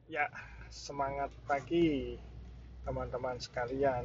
Ya, semangat pagi teman-teman sekalian.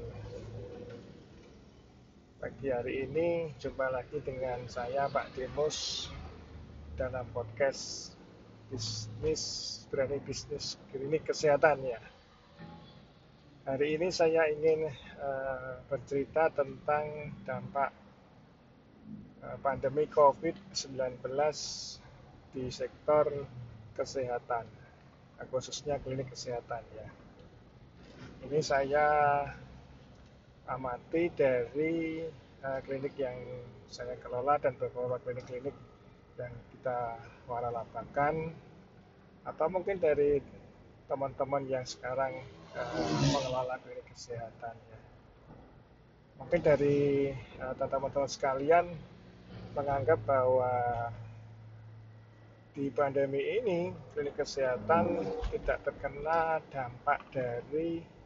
Pagi hari ini jumpa lagi dengan saya Pak Demus dalam podcast bisnis berani bisnis klinik kesehatan ya. Hari ini saya ingin bercerita tentang dampak pandemi COVID-19 di sektor kesehatan, khususnya klinik kesehatan ya. Ini saya amati dari klinik yang saya kelola dan beberapa klinik-klinik yang kita waralapakan, atau mungkin dari teman-teman yang sekarang mengelola klinik kesehatan ya. Mungkin dari teman-teman sekalian menganggap bahwa di pandemi ini klinik kesehatan tidak terkena dampak dari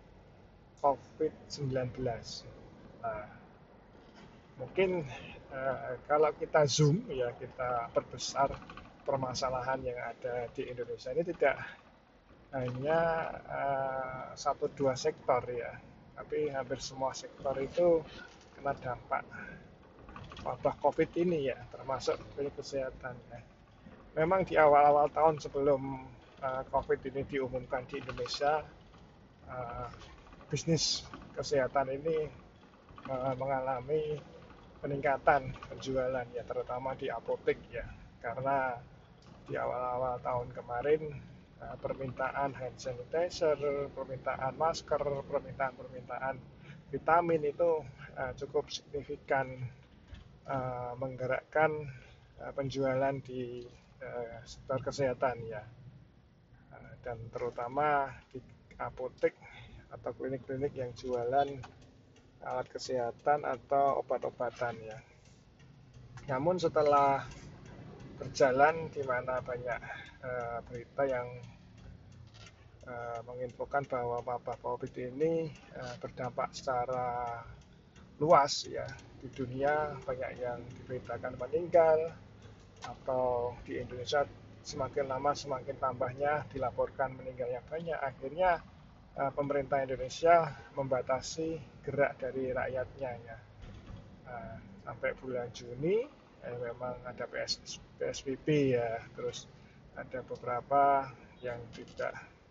COVID-19. Nah, mungkin kalau kita zoom ya, kita perbesar permasalahan yang ada di Indonesia ini tidak hanya satu dua sektor ya, tapi hampir semua sektor itu kena dampak wabah COVID ini ya, termasuk klinik kesehatan ya. Memang di awal-awal tahun sebelum COVID ini diumumkan di Indonesia, uh, bisnis kesehatan ini mengalami peningkatan penjualan ya, terutama di apotek ya, karena di awal-awal tahun kemarin permintaan hand sanitizer, permintaan masker, permintaan vitamin itu cukup signifikan menggerakkan penjualan di sektor kesehatan ya. Dan terutama di apotek atau klinik-klinik yang jualan alat kesehatan atau obat-obatan ya. Namun setelah berjalan di mana banyak berita yang menginfokan bahwa wabah COVID ini berdampak secara luas ya di dunia, banyak yang diberitakan meninggal, atau di Indonesia semakin lama semakin tambahnya dilaporkan meninggalnya banyak. Akhirnya pemerintah Indonesia membatasi gerak dari rakyatnya ya. Sampai bulan Juni memang ada PSBB ya, terus ada beberapa yang tidak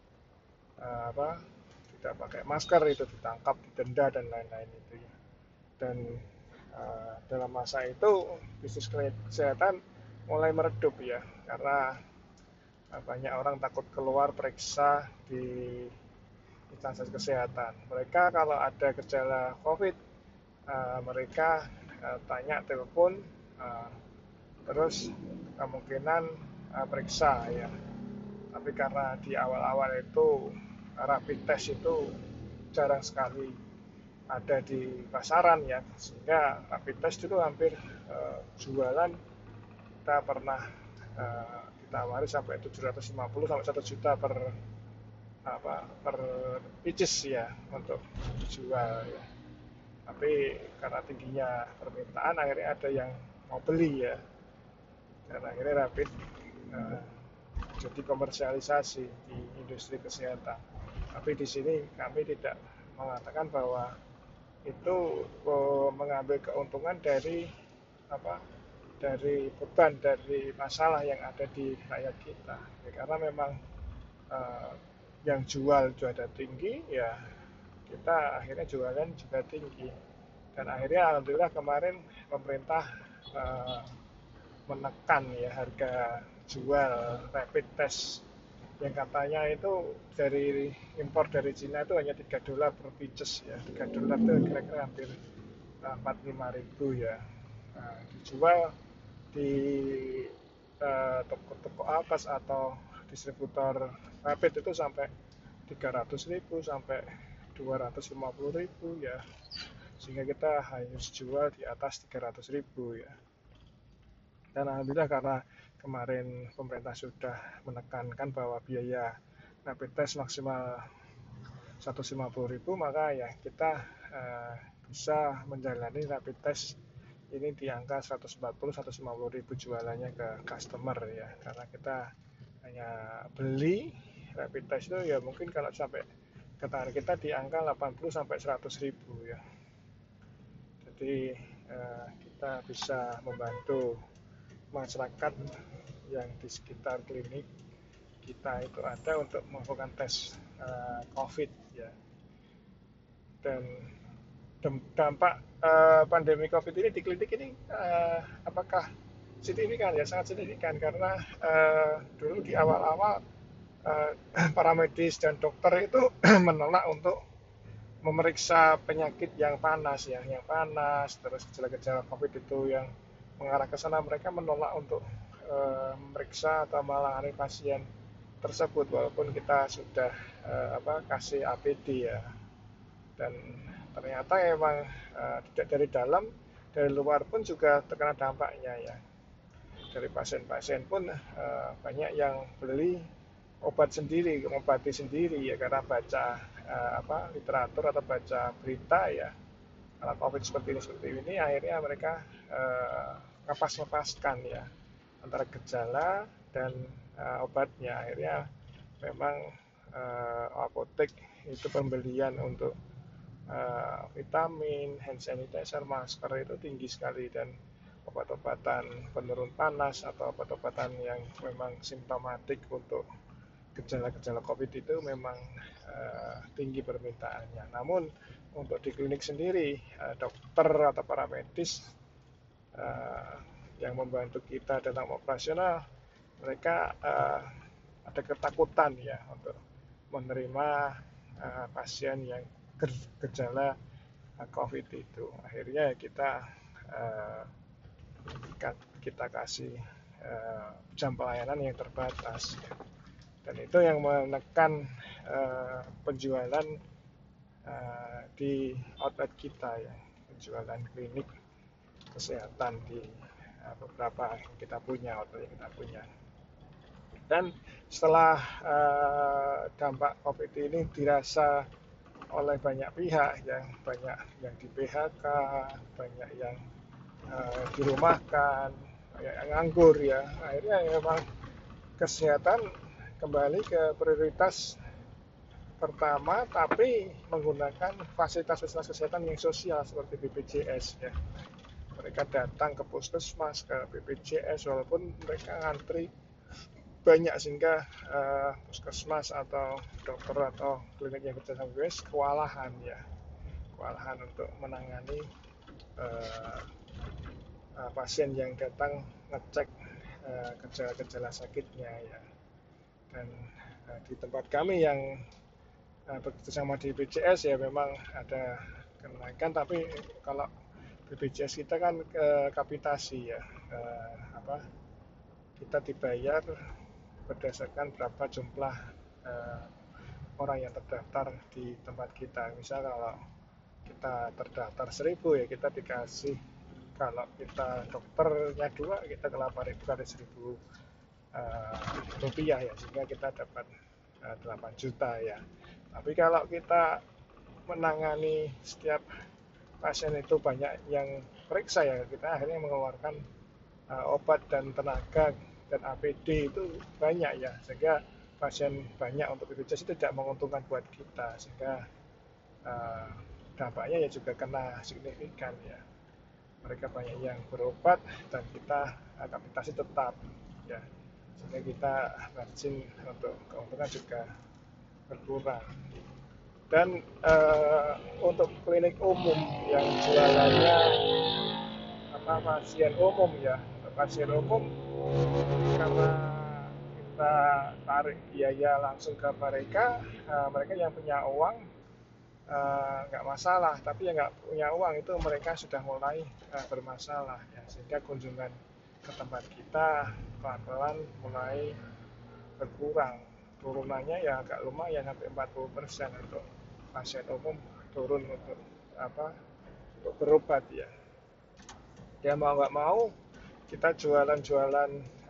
tidak pakai masker itu ditangkap, didenda dan lain-lain itu ya. Dan dalam masa itu bisnis kesehatan mulai meredup ya, karena banyak orang takut keluar periksa di instansi kesehatan. Mereka kalau ada gejala COVID, mereka tanya telepon, uh, terus kemungkinan periksa ya. Tapi karena di awal-awal itu rapid test itu jarang sekali ada di pasaran ya, sehingga rapid test itu hampir jualan kita pernah ditawari sampai 750 sampai 1 juta per pieces ya untuk dijual ya. Tapi karena tingginya permintaan akhirnya ada yang mau beli ya, dan akhirnya rapid uh, jadi komersialisasi di industri kesehatan. Tapi di sini kami tidak mengatakan bahwa itu mengambil keuntungan dari apa dari beban, dari masalah yang ada di rakyat kita ya, karena memang uh, yang jual juga tinggi ya, kita akhirnya jualan juga tinggi. Dan akhirnya alhamdulillah kemarin pemerintah uh, menekan ya harga jual rapid test yang katanya itu dari impor dari Cina itu hanya $3 per pieces ya. $3 itu kira-kira hampir 45.000 ya. Nah, dijual di toko-toko atas atau distributor rapid itu sampai 300.000 sampai 250.000 ya, sehingga kita harus jual di atas 300.000 ya. Dan alhamdulillah karena kemarin pemerintah sudah menekankan bahwa biaya rapid test maksimal 150.000, maka ya kita bisa menjalani rapid test ini di angka 140-150 ribu jualannya ke customer ya, karena kita hanya beli rapid test itu ya mungkin kalau sampai ke tangan kita di angka 80 sampai 100 ribu ya. Jadi kita bisa membantu masyarakat yang di sekitar klinik kita itu ada untuk melakukan tes COVID ya. Dan dampak pandemi COVID ini di klinik ini apakah signifikan? Ya sangat signifikan karena dulu di awal-awal para medis dan dokter itu menolak untuk memeriksa penyakit yang panas ya, yang panas, terus gejala-gejala COVID itu yang mengarah ke sana, mereka menolak untuk memeriksa atau menangani pasien tersebut walaupun kita sudah kasih APD ya. Dan ternyata emang tidak dari dalam, dari luar pun juga terkena dampaknya ya. Dari pasien-pasien pun banyak yang beli obat sendiri, mengobati sendiri ya karena baca literatur atau baca berita ya. Kalau COVID seperti ini akhirnya mereka ngepas-ngepaskan ya antara gejala dan obatnya. Akhirnya memang apotek itu pembelian untuk vitamin, hand sanitizer, masker itu tinggi sekali dan obat-obatan penurun panas atau obat-obatan yang memang simptomatik untuk gejala-gejala COVID itu memang tinggi permintaannya. Namun untuk di klinik sendiri, dokter atau para medis yang membantu kita dalam operasional, mereka ada ketakutan ya untuk menerima pasien yang gejala COVID itu. Akhirnya kita kasih jam pelayanan yang terbatas. Dan itu yang menekan penjualan di outlet kita ya, penjualan klinik kesehatan di beberapa yang kita punya, outlet yang kita punya. Dan setelah dampak COVID ini dirasa oleh banyak pihak, banyak yang di PHK, banyak yang dirumahkan, banyak yang nganggur ya, akhirnya memang kesehatan kembali ke prioritas pertama, tapi menggunakan fasilitas-fasilitas kesehatan yang sosial seperti BPJS ya. Mereka datang ke puskesmas, ke BPJS walaupun mereka ngantri banyak sehingga puskesmas atau dokter atau klinik yang kerja sama BPJS kewalahan untuk menangani pasien yang datang ngecek gejala-gejala sakitnya ya. Dan di tempat kami yang bekerjasama di BPJS ya memang ada kenaikan, tapi kalau BPJS kita kan kapitasi ya, kita dibayar berdasarkan berapa jumlah orang yang terdaftar di tempat kita. Misal kalau kita terdaftar 1000 ya kita dikasih, kalau kita dokternya 2 kita ke 8.000 kali 1.000 rupiah ya, sehingga kita dapat 8 juta ya. Tapi kalau kita menangani setiap pasien itu banyak yang periksa ya, kita akhirnya mengeluarkan obat dan tenaga dan APD itu banyak ya, sehingga pasien banyak untuk BPJS itu tidak menguntungkan buat kita, sehingga dampaknya ya juga kena signifikan ya. Mereka banyak yang berobat dan kita kapitasi tetap ya, sehingga kita margin untuk keuntungan juga berkurang. Dan untuk klinik umum yang jualannya pasien umum ya, untuk pasien umum karena kita tarik biaya langsung ke mereka, mereka yang punya uang nggak masalah, tapi yang nggak punya uang itu mereka sudah mulai bermasalah ya, sehingga kunjungan ke tempat kita pelan-pelan mulai berkurang. Turunannya ya agak lumayan sampai 40% untuk pasien umum turun untuk berobat ya. Ya mau nggak mau kita jualan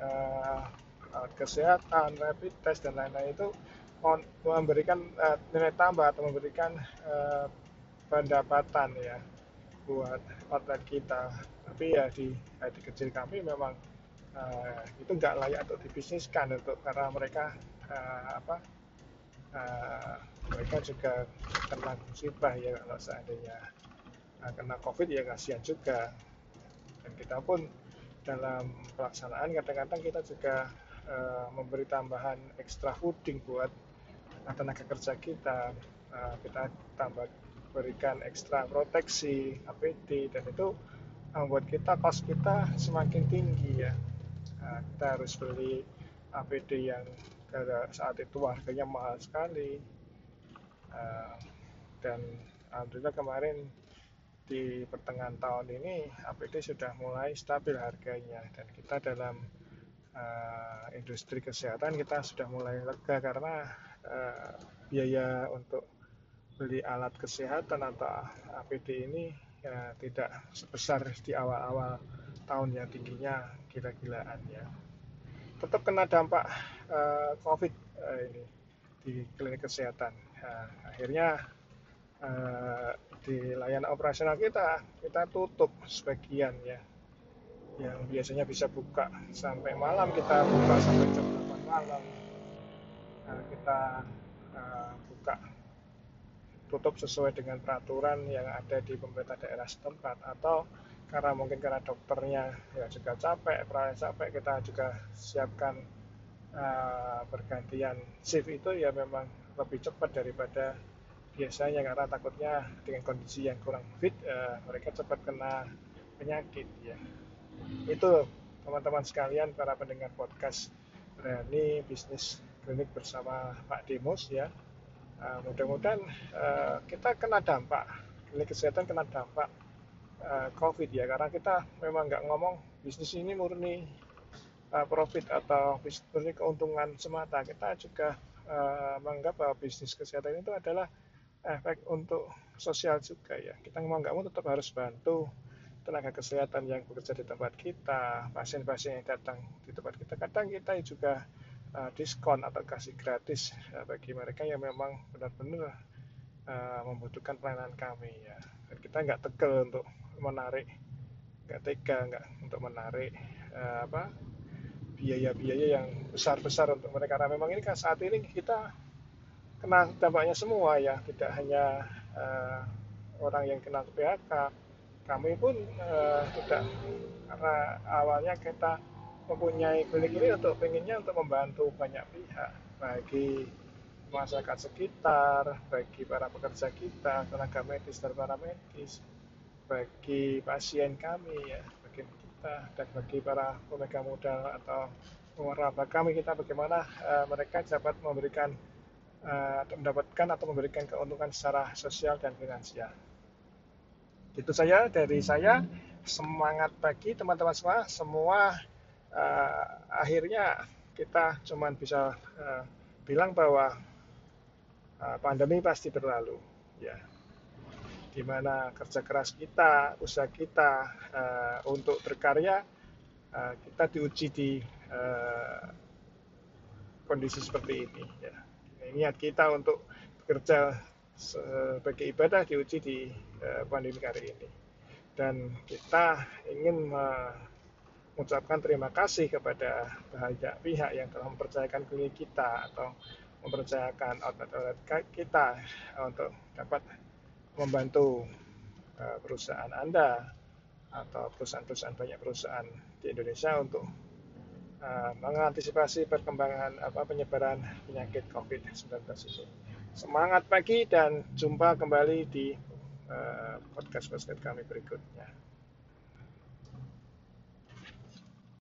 kesehatan, rapid test dan lain-lain itu memberikan nilai tambah atau memberikan pendapatan ya buat outlet kita. Tapi ya di kecil kami memang itu nggak layak untuk dibisniskan, karena mereka mereka juga kena musibah ya kalau seandainya kena COVID ya kasihan juga. Dan kita pun dalam pelaksanaan kadang-kadang kita juga memberi tambahan extra fooding buat tenaga kerja kita. Kita tambah berikan ekstra proteksi APD dan itu membuat kita cost kita semakin tinggi ya. Kita harus beli APD yang saat itu harganya mahal sekali. Dan alhamdulillah kemarin di pertengahan tahun ini APD sudah mulai stabil harganya dan kita dalam industri kesehatan kita sudah mulai lega karena biaya untuk beli alat kesehatan atau APD ini ya, tidak sebesar di awal-awal tahun yang tingginya gila-gilaan ya. Tetap kena dampak COVID ini di klinik kesehatan. Akhirnya di layanan operasional kita tutup sebagian ya. Yang biasanya bisa buka sampai malam kita buka sampai jam 8 malam. Kita buka tutup sesuai dengan peraturan yang ada di pemerintah daerah setempat atau karena dokternya ya juga capek, perawatnya capek, kita juga siapkan pergantian shift itu ya memang lebih cepat daripada biasanya karena takutnya dengan kondisi yang kurang fit mereka cepat kena penyakit ya. Itu teman-teman sekalian para pendengar podcast Berani Bisnis Klinik bersama Pak Dimus ya. Mudah-mudahan kita kena dampak, klinik kesehatan kena dampak COVID ya, karena kita memang nggak ngomong bisnis ini murni profit atau murni keuntungan semata. Kita juga menganggap bahwa bisnis kesehatan itu adalah efek untuk sosial juga ya. Kita mau nggak mau tetap harus bantu tenaga kesehatan yang bekerja di tempat kita, pasien-pasien yang datang di tempat kita. Kadang kita juga diskon atau kasih gratis bagi mereka yang memang benar-benar membutuhkan pelayanan kami ya. Dan kita nggak tegel untuk menarik, nggak tega untuk menarik biaya-biaya yang besar-besar untuk mereka. Karena memang ini kan saat ini kita kena dampaknya semua ya, tidak hanya orang yang kena PHK. Kami pun tidak, karena awalnya kita mempunyai klinik ini pengennya untuk membantu banyak pihak, bagi masyarakat sekitar, bagi para pekerja kita, tenaga medis dan para medis, bagi pasien kami ya, bagi kita dan bagi para pemegang modal atau pengusaha kami kita, bagaimana mereka dapat mendapatkan atau memberikan keuntungan secara sosial dan finansial. Itu saja dari saya. Semangat pagi teman-teman semua. Akhirnya kita cuma bisa bilang bahwa pandemi pasti berlalu ya, dimana kerja keras kita, usaha kita untuk berkarya kita diuji di kondisi seperti ini ya. Niat kita untuk bekerja sebagai ibadah diuji di pandemi kali ini, dan kita ingin mengucapkan terima kasih kepada banyak pihak yang telah mempercayakan klinik kita atau mempercayakan outlet kita untuk dapat membantu perusahaan Anda atau banyak perusahaan di Indonesia untuk mengantisipasi perkembangan penyebaran penyakit COVID-19 ini. Semangat pagi dan jumpa kembali di podcast kami berikutnya.